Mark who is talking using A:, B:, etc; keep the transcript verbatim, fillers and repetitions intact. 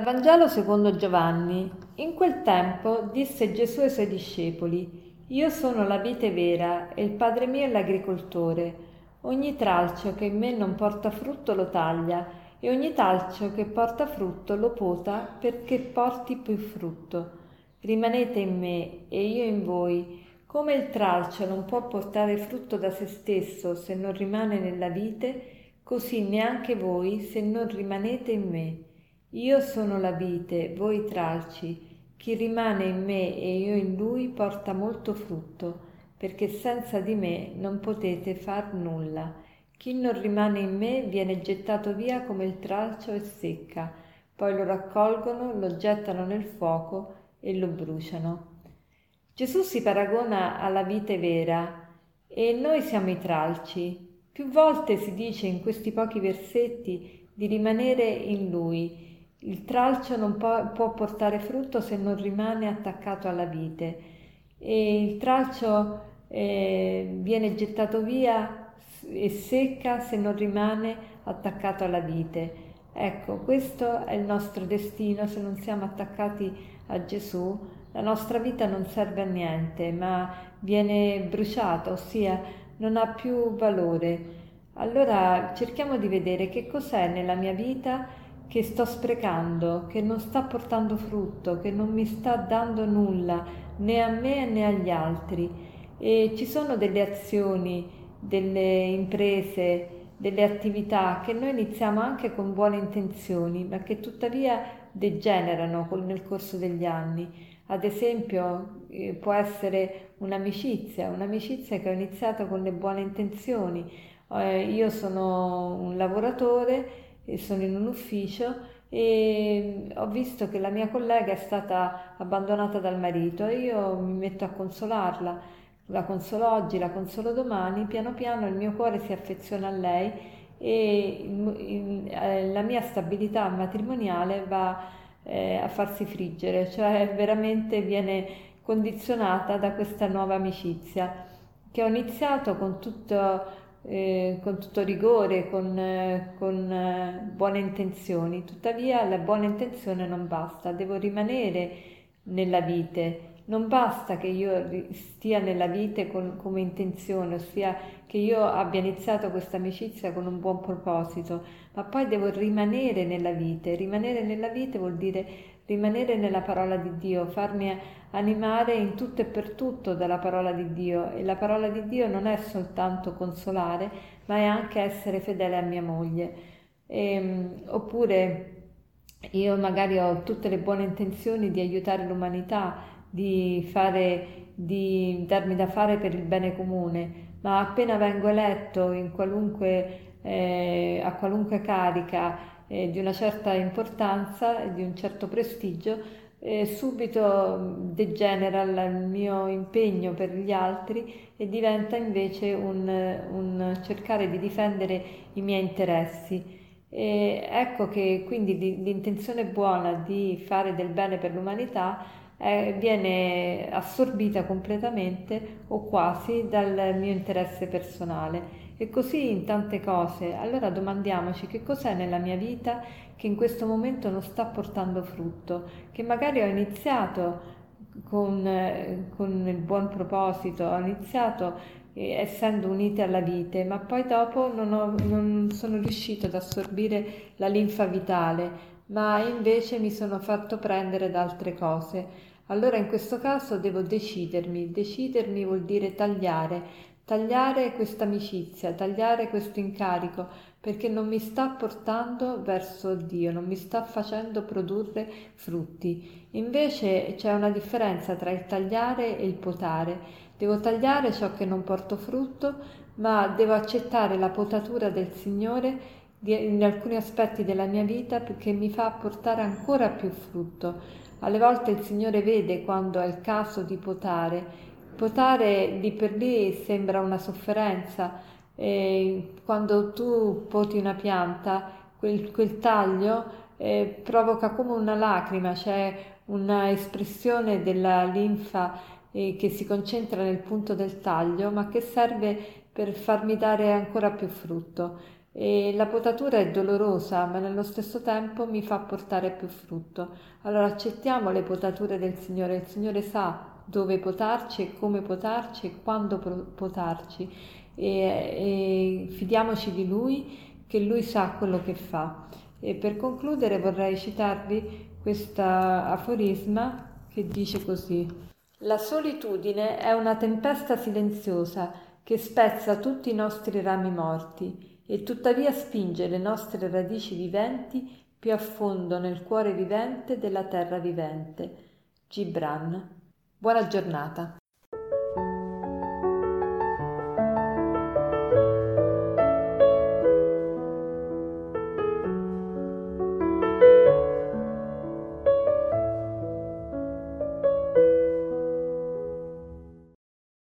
A: Vangelo secondo Giovanni. In quel tempo disse Gesù ai suoi discepoli: Io sono la vite vera e il Padre mio è l'agricoltore. Ogni tralcio che in me non porta frutto lo taglia e ogni tralcio che porta frutto lo pota perché porti più frutto. Rimanete in me e io in voi. Come il tralcio non può portare frutto da se stesso se non rimane nella vite, così neanche voi se non rimanete in me. Io sono la vite, voi i tralci. Chi rimane in me e io in lui porta molto frutto, perché senza di me non potete far nulla. Chi non rimane in me viene gettato via come il tralcio e secca. Poi lo raccolgono, lo gettano nel fuoco e lo bruciano. Gesù si paragona alla vite vera e noi siamo i tralci. Più volte si dice in questi pochi versetti di rimanere in lui. Il tralcio non può, può portare frutto se non rimane attaccato alla vite e il tralcio eh, viene gettato via e secca se non rimane attaccato alla vite. Ecco, questo è il nostro destino se non siamo attaccati a Gesù. La nostra vita non serve a niente, ma viene bruciata, ossia non ha più valore. Allora cerchiamo di vedere che cos'è nella mia vita che sto sprecando, che non sta portando frutto, che non mi sta dando nulla né a me né agli altri. E ci sono delle azioni, delle imprese, delle attività che noi iniziamo anche con buone intenzioni, ma che tuttavia degenerano nel corso degli anni. Ad esempio eh, può essere un'amicizia, un'amicizia che ho iniziato con le buone intenzioni. Eh, io sono un lavoratore e sono in un ufficio e ho visto che la mia collega è stata abbandonata dal marito e io mi metto a consolarla, la consolo oggi, la consolo domani, piano piano il mio cuore si affeziona a lei e il, il, eh, la mia stabilità matrimoniale va eh, a farsi friggere, cioè veramente viene condizionata da questa nuova amicizia che ho iniziato con tutto Eh, con tutto rigore, con, eh, con eh, buone intenzioni. Tuttavia la buona intenzione non basta, devo rimanere nella vite. Non basta che io stia nella vite con, come intenzione, ossia che io abbia iniziato questa amicizia con un buon proposito, ma poi devo rimanere nella vite. Rimanere nella vite vuol dire rimanere nella parola di Dio, farmi animare in tutto e per tutto dalla parola di Dio, e la parola di Dio non è soltanto consolare, ma è anche essere fedele a mia moglie. E, oppure io magari ho tutte le buone intenzioni di aiutare l'umanità, di fare, di darmi da fare per il bene comune, ma appena vengo eletto in qualunque, eh, a qualunque carica eh, di una certa importanza e di un certo prestigio, eh, subito degenera il mio impegno per gli altri e diventa invece un, un cercare di difendere i miei interessi. E ecco che quindi l'intenzione buona di fare del bene per l'umanità eh, viene assorbita completamente o quasi dal mio interesse personale. E così in tante cose. Allora domandiamoci che cos'è nella mia vita che in questo momento non sta portando frutto, che magari ho iniziato con, eh, con il buon proposito, ho iniziato eh, essendo unite alla vite, ma poi dopo non, ho, non sono riuscito ad assorbire la linfa vitale, ma invece mi sono fatto prendere da altre cose. Allora in questo caso devo decidermi, decidermi vuol dire tagliare, tagliare questa amicizia, tagliare questo incarico, perché non mi sta portando verso Dio, non mi sta facendo produrre frutti. Invece c'è una differenza tra il tagliare e il potare. Devo tagliare ciò che non porto frutto, ma devo accettare la potatura del Signore in alcuni aspetti della mia vita perché mi fa portare ancora più frutto. Alle volte il Signore vede quando è il caso di potare. Potare lì per lì sembra una sofferenza. E quando tu poti una pianta, quel, quel taglio eh, provoca come una lacrima, c'è una espressione della linfa eh, che si concentra nel punto del taglio, ma che serve per farmi dare ancora più frutto. e la potatura è dolorosa, ma nello stesso tempo mi fa portare più frutto. Allora accettiamo le potature del Signore, il Signore sa dove potarci e come potarci e quando potarci e, e fidiamoci di Lui, che Lui sa quello che fa. E per concludere vorrei citarvi questo aforisma che dice così: la solitudine è una tempesta silenziosa che spezza tutti i nostri rami morti e tuttavia spinge le nostre radici viventi più a fondo nel cuore vivente della terra vivente. Gibran. Buona giornata.